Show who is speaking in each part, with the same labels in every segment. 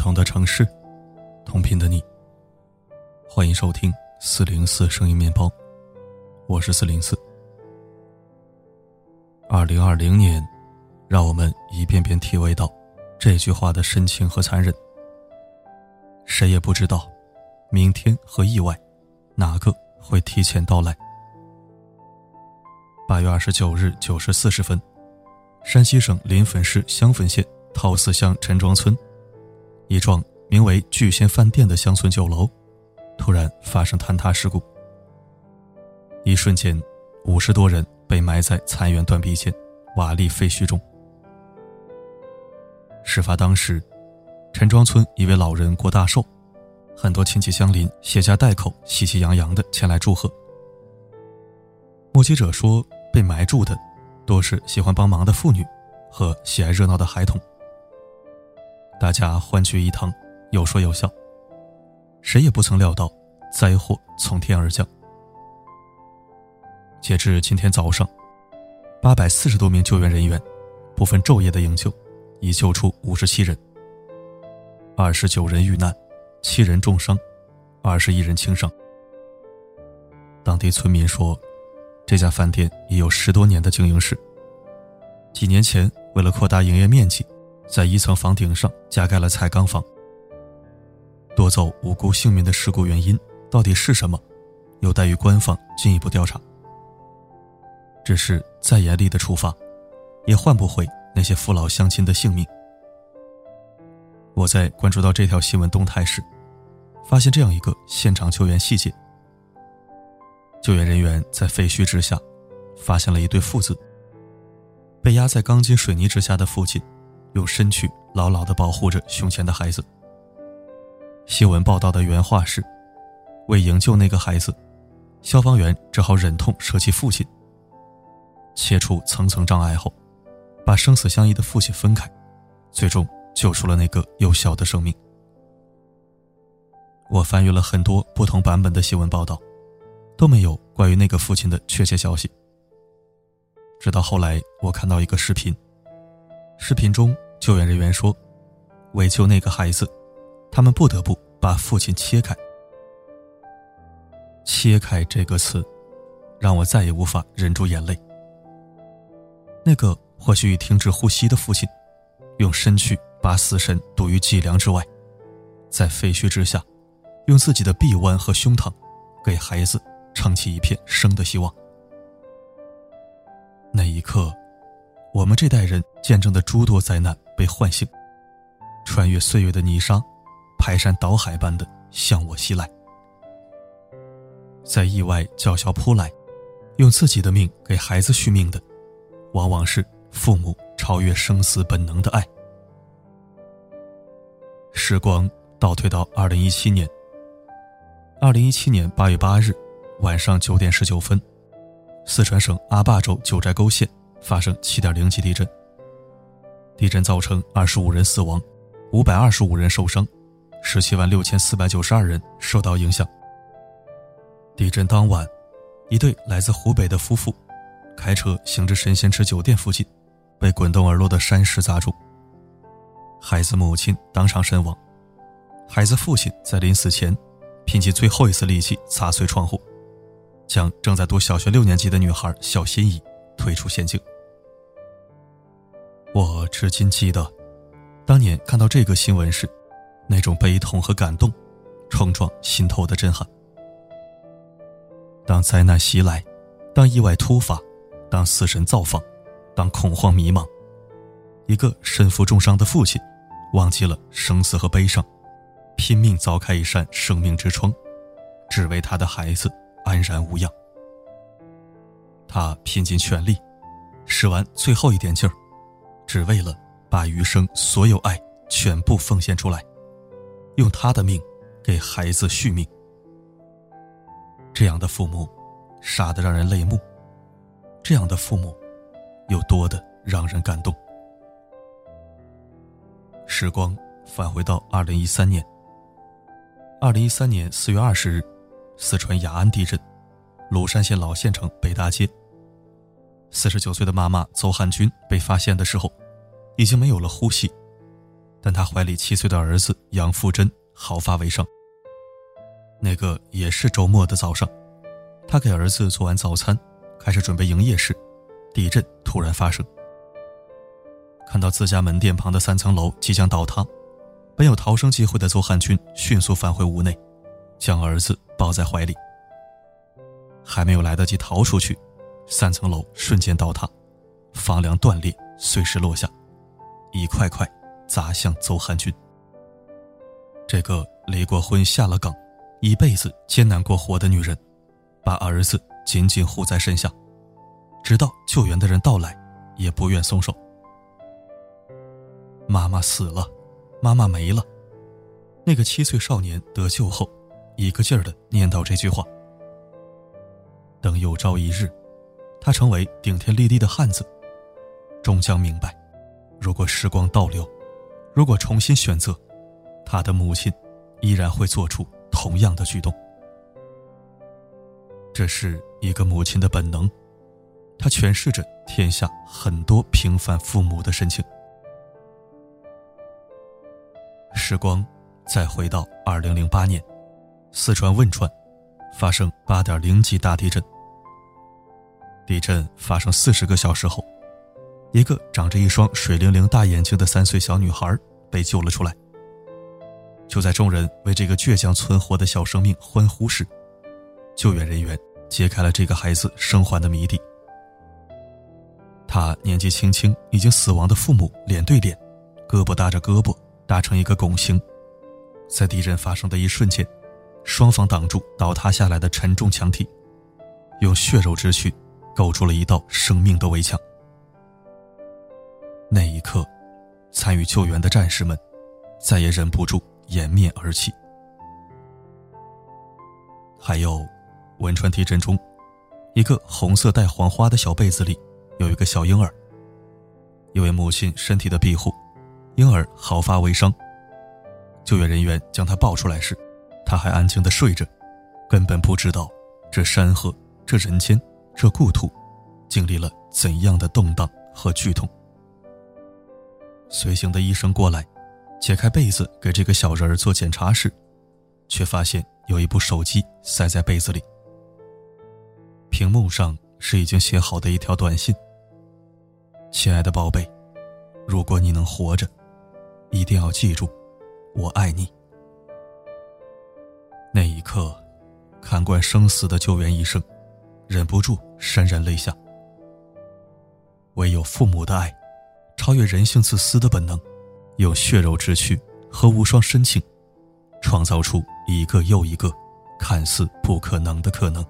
Speaker 1: 同的城市，同频的你。欢迎收听404声音面包，我是404。2020年，让我们一遍遍体味到这句话的深情和残忍。谁也不知道明天和意外哪个会提前到来。8月29日9时40分，山西省临汾市襄汾县陶寺乡陈庄村，一幢名为聚贤饭店的乡村酒楼突然发生坍塌事故。一瞬间，50多人被埋在残垣断壁间，瓦砾废墟中。事发当时，陈庄村一位老人过大寿，很多亲戚乡邻携家带口，喜气洋洋地前来祝贺。目击者说，被埋住的多是喜欢帮忙的妇女和喜爱热闹的孩童。大家欢聚一堂，有说有笑，谁也不曾料到灾祸从天而降。截至今天早上，840多名救援人员不分昼夜的营救，已救出57人，29人遇难，7人重伤，21人轻伤。当地村民说，这家饭店已有10多年的经营史，几年前为了扩大营业面积，在1层房顶上加盖了彩钢房。夺走无辜性命的事故原因到底是什么，有待于官方进一步调查。只是再严厉的处罚，也换不回那些父老乡亲的性命。我在关注到这条新闻动态时，发现这样一个现场救援细节。救援人员在废墟之下发现了一对父子，被压在钢筋水泥之下的父亲用身躯牢牢地保护着胸前的孩子。新闻报道的原话是，为营救那个孩子，消防员只好忍痛舍弃父亲，切除层层障碍后，把生死相依的父亲分开，最终救出了那个幼小的生命。我翻阅了很多不同版本的新闻报道，都没有关于那个父亲的确切消息。直到后来我看到一个视频，视频中救援人员说，为救那个孩子，他们不得不把父亲切开。切开这个词让我再也无法忍住眼泪。那个或许已停止呼吸的父亲，用身躯把死神堵于脊梁之外，在废墟之下，用自己的臂弯和胸膛给孩子撑起一片生的希望。那一刻，我们这代人见证的诸多灾难被唤醒，穿越岁月的泥沙，排山倒海般的向我袭来。在意外叫嚣扑来，用自己的命给孩子续命的，往往是父母超越生死本能的爱。时光倒退到2017年，2017年8月8日晚上9点19分，四川省阿坝州九寨沟县发生7.0级地震。地震造成25人死亡，525人受伤，176492人受到影响。地震当晚，一对来自湖北的夫妇开车行至神仙池酒店附近，被滚动而落的山石砸中。孩子母亲当场身亡，孩子父亲在临死前拼尽最后一丝力气砸碎窗户，将正在读小学6年级的女孩小心怡推出险境。我至今记得当年看到这个新闻时，那种悲痛和感动冲撞心头的震撼。当灾难袭来，当意外突发，当死神造访，当恐慌迷茫，一个身负重伤的父亲忘记了生死和悲伤，拼命凿开一扇生命之窗，只为他的孩子安然无恙。他拼尽全力，使完最后一点劲儿，只为了把余生所有爱全部奉献出来，用他的命给孩子续命。这样的父母傻得让人泪目，这样的父母有多的让人感动。时光返回到2013年，2013年4月20日，四川雅安地震，鲁山县老县城北大街。49岁的妈妈邹汉军被发现的时候，已经没有了呼吸， 但他怀里7岁的儿子杨富珍毫发未伤。那个也是周末的早上，他给儿子做完早餐，开始准备营业时，地震突然发生。看到自家门店旁的3层楼即将倒塌，本有逃生机会的邹汉军迅速返回屋内，将儿子抱在怀里。还没有来得及逃出去，3层楼瞬间倒塌，房梁断裂，碎石落下，一块块砸向邹汉军。这个离过婚下了岗，一辈子艰难过活的女人，把儿子紧紧护在身下，直到救援的人到来，也不愿松手。妈妈死了，妈妈没了。那个7岁少年得救后，一个劲儿地念叨这句话。等有朝一日，他成为顶天立地的汉子，终将明白，如果时光倒流，如果重新选择，他的母亲依然会做出同样的举动。这是一个母亲的本能，它诠释着天下很多平凡父母的深情。时光再回到2008年，四川汶川发生8.0级大地震。地震发生40个小时后，一个长着一双水灵灵大眼睛的3岁小女孩被救了出来。就在众人为这个倔强存活的小生命欢呼时，救援人员揭开了这个孩子生还的谜底。他年纪轻轻已经死亡的父母脸对脸，胳膊搭着胳膊搭成一个拱形，在地震发生的一瞬间，双方挡住倒塌下来的沉重墙体，用血肉之躯构筑了一道生命的围墙。那一刻，参与救援的战士们再也忍不住掩面而泣。还有汶川地震中，一个红色带黄花的小被子里有一个小婴儿，因为母亲身体的庇护，婴儿毫发未伤。救援人员将他抱出来时，他还安静地睡着，根本不知道这山河，这人间，这故土经历了怎样的动荡和剧痛。随行的医生过来解开被子给这个小人儿做检查时，却发现有一部手机塞在被子里，屏幕上是已经写好的一条短信：亲爱的宝贝，如果你能活着，一定要记住，我爱你。那一刻，看惯生死的救援医生忍不住潸然泪下。唯有父母的爱，超越人性自私的本能，用血肉之躯和无双深情，创造出一个又一个看似不可能的可能。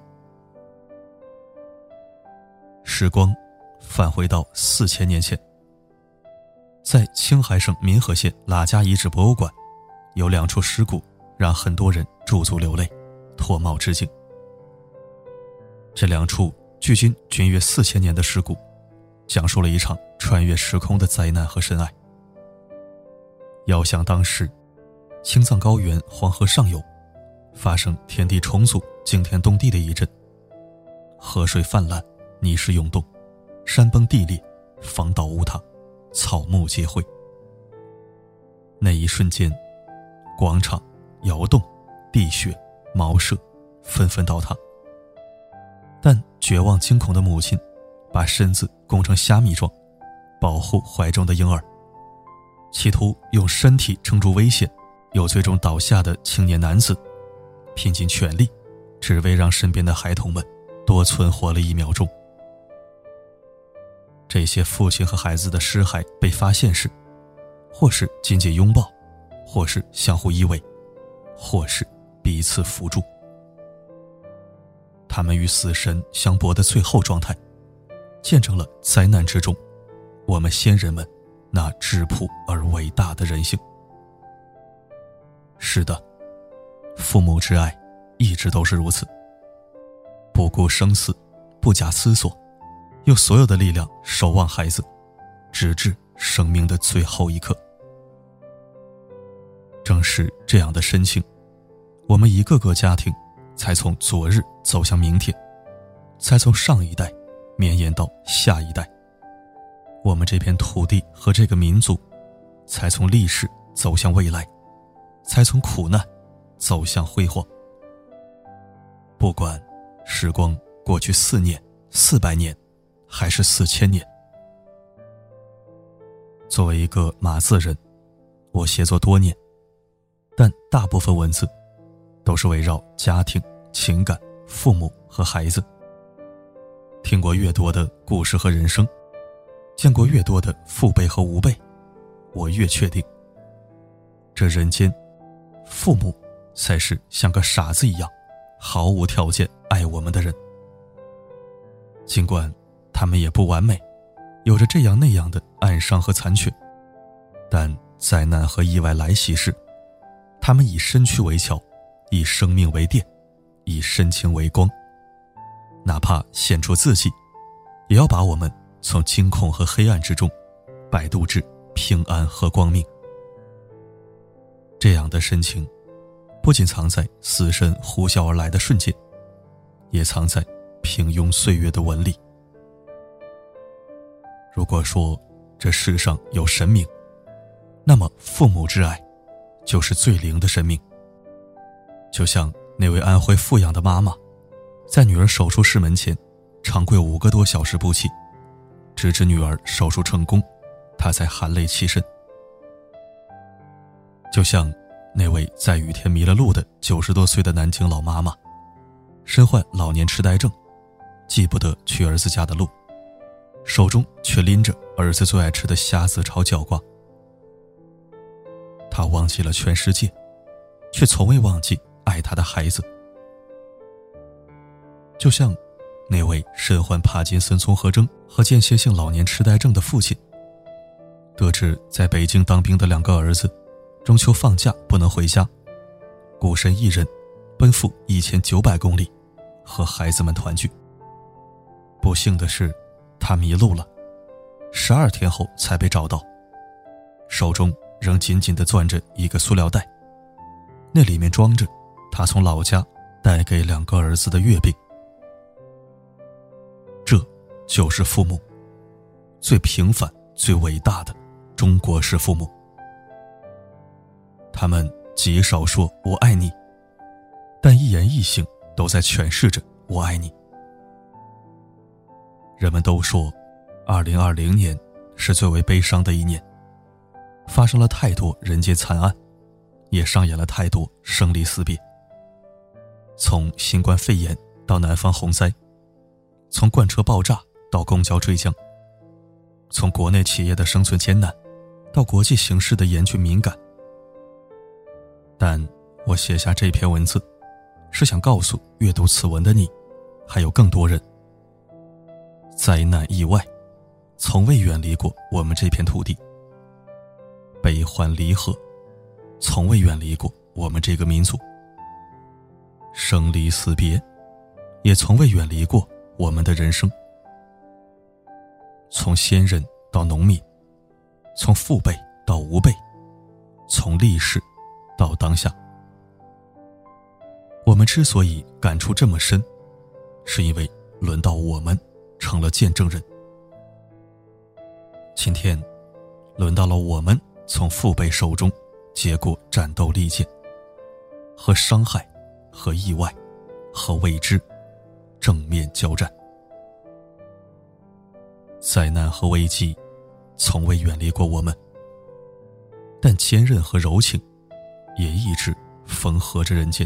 Speaker 1: 时光返回到4000年前，在青海省民和县喇家遗址博物馆，有2处尸骨让很多人驻足流泪，脱帽致敬。这2处距今均约4000年的尸骨，讲述了一场穿越时空的灾难和深爱。遥想当时，青藏高原黄河上游发生天地重组、惊天动地的一震，河水泛滥，泥石涌动，山崩地裂，房倒屋塌，草木皆灰。那一瞬间，广场、窑洞、地穴、茅舍纷纷倒塌。但绝望惊恐的母亲把身子拱成虾米状，保护怀中的婴儿，企图用身体撑住危险，又最终倒下的青年男子拼尽全力，只为让身边的孩童们多存活了1秒钟。这些父亲和孩子的尸骸被发现时，或是紧紧拥抱，或是相互依偎，或是彼此扶助。他们与死神相搏的最后状态，见证了灾难之中我们先人们那质朴而伟大的人性。是的，父母之爱一直都是如此，不顾生死，不假思索，用所有的力量守望孩子，直至生命的最后一刻。正是这样的深情，我们一个个家庭才从昨日走向明天，才从上一代绵延到下一代。我们这片土地和这个民族才从历史走向未来，才从苦难走向辉煌。不管时光过去4年、400年，还是4000年。作为一个码字人，我写作多年，但大部分文字都是围绕家庭、情感、父母和孩子。听过越多的故事和人生，见过越多的父辈和吾辈，我越确定，这人间父母才是像个傻子一样毫无条件爱我们的人。尽管他们也不完美，有着这样那样的暗伤和残缺，但灾难和意外来袭时，他们以身躯为桥，以生命为电，以深情为光，哪怕献出自己，也要把我们从惊恐和黑暗之中摆渡至平安和光明。这样的深情不仅藏在死神呼啸而来的瞬间，也藏在平庸岁月的纹理。如果说这世上有神明，那么父母之爱就是最灵的神明。就像那位安徽阜阳的妈妈，在女儿手术室门前长跪5个多小时不起，直至女儿手术成功，她才含泪起身。就像那位在雨天迷了路的90多岁的南京老妈妈，身患老年痴呆症，记不得去儿子家的路，手中却拎着儿子最爱吃的虾子炒角瓜。她忘记了全世界，却从未忘记爱她的孩子。就像那位身患帕金森综合征和间歇性老年痴呆症的父亲，得知在北京当兵的2个儿子中秋放假不能回家，孤身一人奔赴1900公里和孩子们团聚。不幸的是，他迷路了，12天后才被找到，手中仍紧紧地攥着一个塑料袋，那里面装着他从老家带给2个儿子的月饼。这就是父母，最平凡最伟大的中国式父母。他们极少说我爱你，但一言一行都在诠释着我爱你。人们都说2020年是最为悲伤的一年，发生了太多人间惨案，也上演了太多生离死别。从新冠肺炎到南方洪灾，从罐车爆炸到公交坠江，从国内企业的生存艰难到国际形势的严峻敏感。但我写下这篇文字，是想告诉阅读此文的你，还有更多人，灾难意外从未远离过我们这片土地，悲欢离合从未远离过我们这个民族，生离死别也从未远离过我们的人生。从先人到农民，从父辈到吾辈，从历史到当下，我们之所以感触这么深，是因为轮到我们成了见证人。今天轮到了我们从父辈手中接过战斗利剑，和伤害和意外和未知正面交战。灾难和危机从未远离过我们，但坚韧和柔情也一直缝合着人间。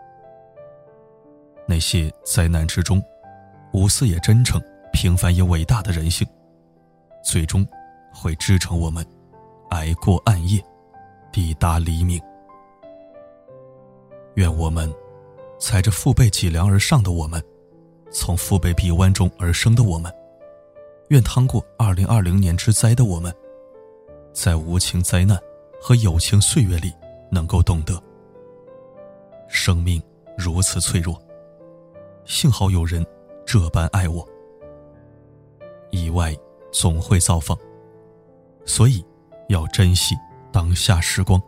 Speaker 1: 那些灾难之中无私也真诚、平凡也伟大的人性，最终会支撑我们挨过暗夜，抵达黎明。愿我们踩着父辈脊梁而上的我们，从父辈臂弯中而生的我们，愿趟过2020年之灾的我们，在无情灾难和有情岁月里能够懂得，生命如此脆弱，幸好有人这般爱我。意外总会造访，所以要珍惜当下时光。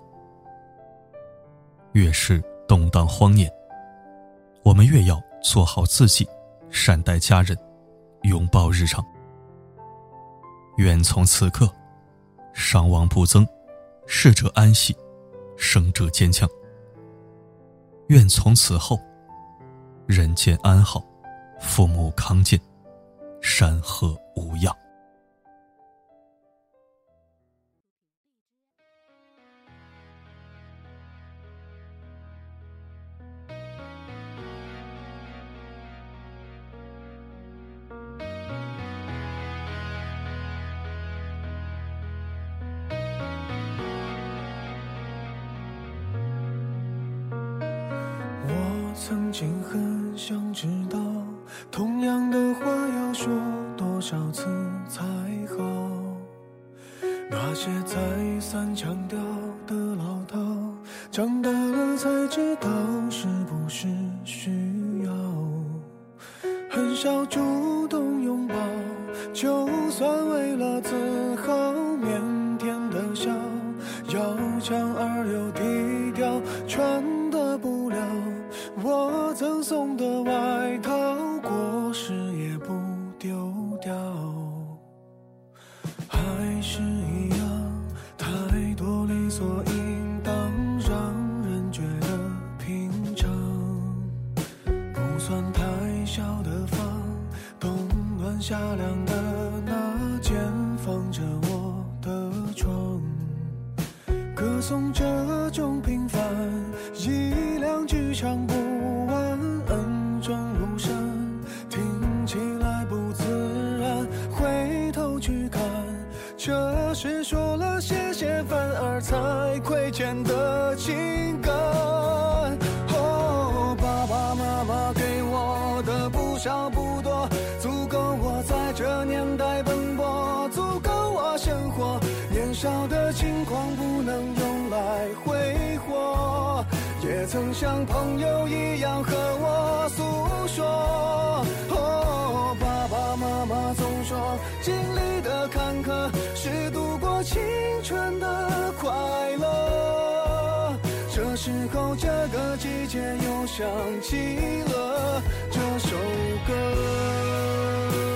Speaker 1: 越是动荡荒年，我们越要做好自己，善待家人，拥抱日常。愿从此刻伤亡不增， 逝者安息，生者坚强。愿从此后，人间安好，父母康健，山河无恙。
Speaker 2: 曾经很想知道，同样的话要说多少次才好？那些再三强调的唠叨，长大了才知道是不是需要。很少主动拥抱，就算为了自豪，腼腆的笑，要强而又低调，穿的不了我赠送的外套，过时也不丢掉。还是一样，太多理所应当，让人觉得平常。不算太小的房，冬暖夏凉的那间放着我的床，歌颂这种平凡，一两句唱不完，恩重如山，听起来不自然，回头去看，这是说了谢谢反而才亏欠的情感。哦，爸爸妈妈给我的不少不多，足够我在这年代奔波，足够我生活，年少的轻狂不能用来挥霍，也曾像朋友一样和我诉说。哦，爸爸妈妈总说，经历的坎坷是度过青春的快乐。这时候这个季节又想起了这首歌。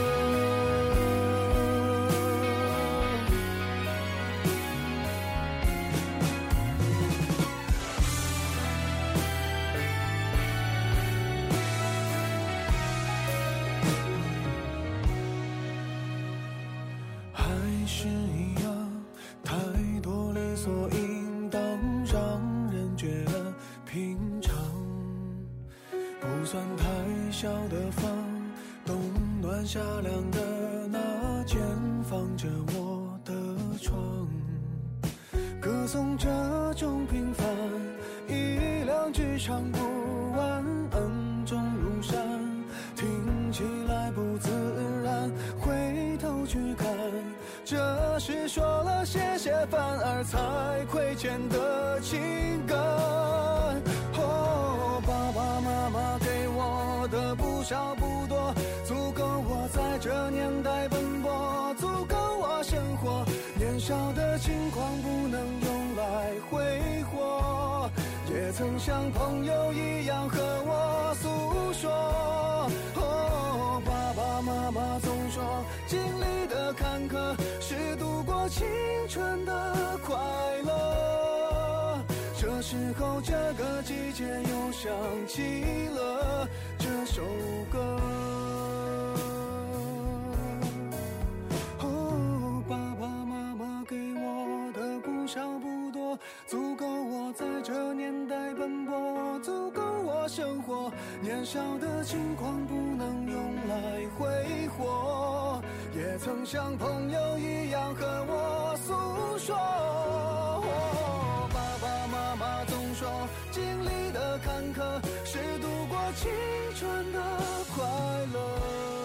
Speaker 2: 是一样，太多理所应当，让人觉得平常。不算太小的房，冬暖夏凉的那间放着我的床，歌颂这种平凡，一两句唱不完，恩重如山，听起来不自然，回头去看，这是说了谢谢反而才亏欠的情感。哦，爸爸妈妈给我的不少不多，足够我在这年代奔波，足够我生活，年少的轻狂不能用来挥霍，也曾像朋友一样和我诉说。哦，爸爸妈妈总说，经历的坎坷是度过青春的快乐。这时候这个季节又想起了这首歌。哦，爸爸妈妈给我的不少不多，足够我在这年代奔波，足够我生活，年少的轻狂不能用来挥霍，也曾像朋友一样和我诉说。哦，爸爸妈妈总说，经历的坎坷是度过青春的快乐。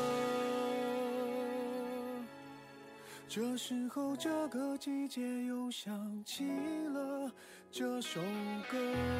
Speaker 2: 这时候这个季节又想起了这首歌。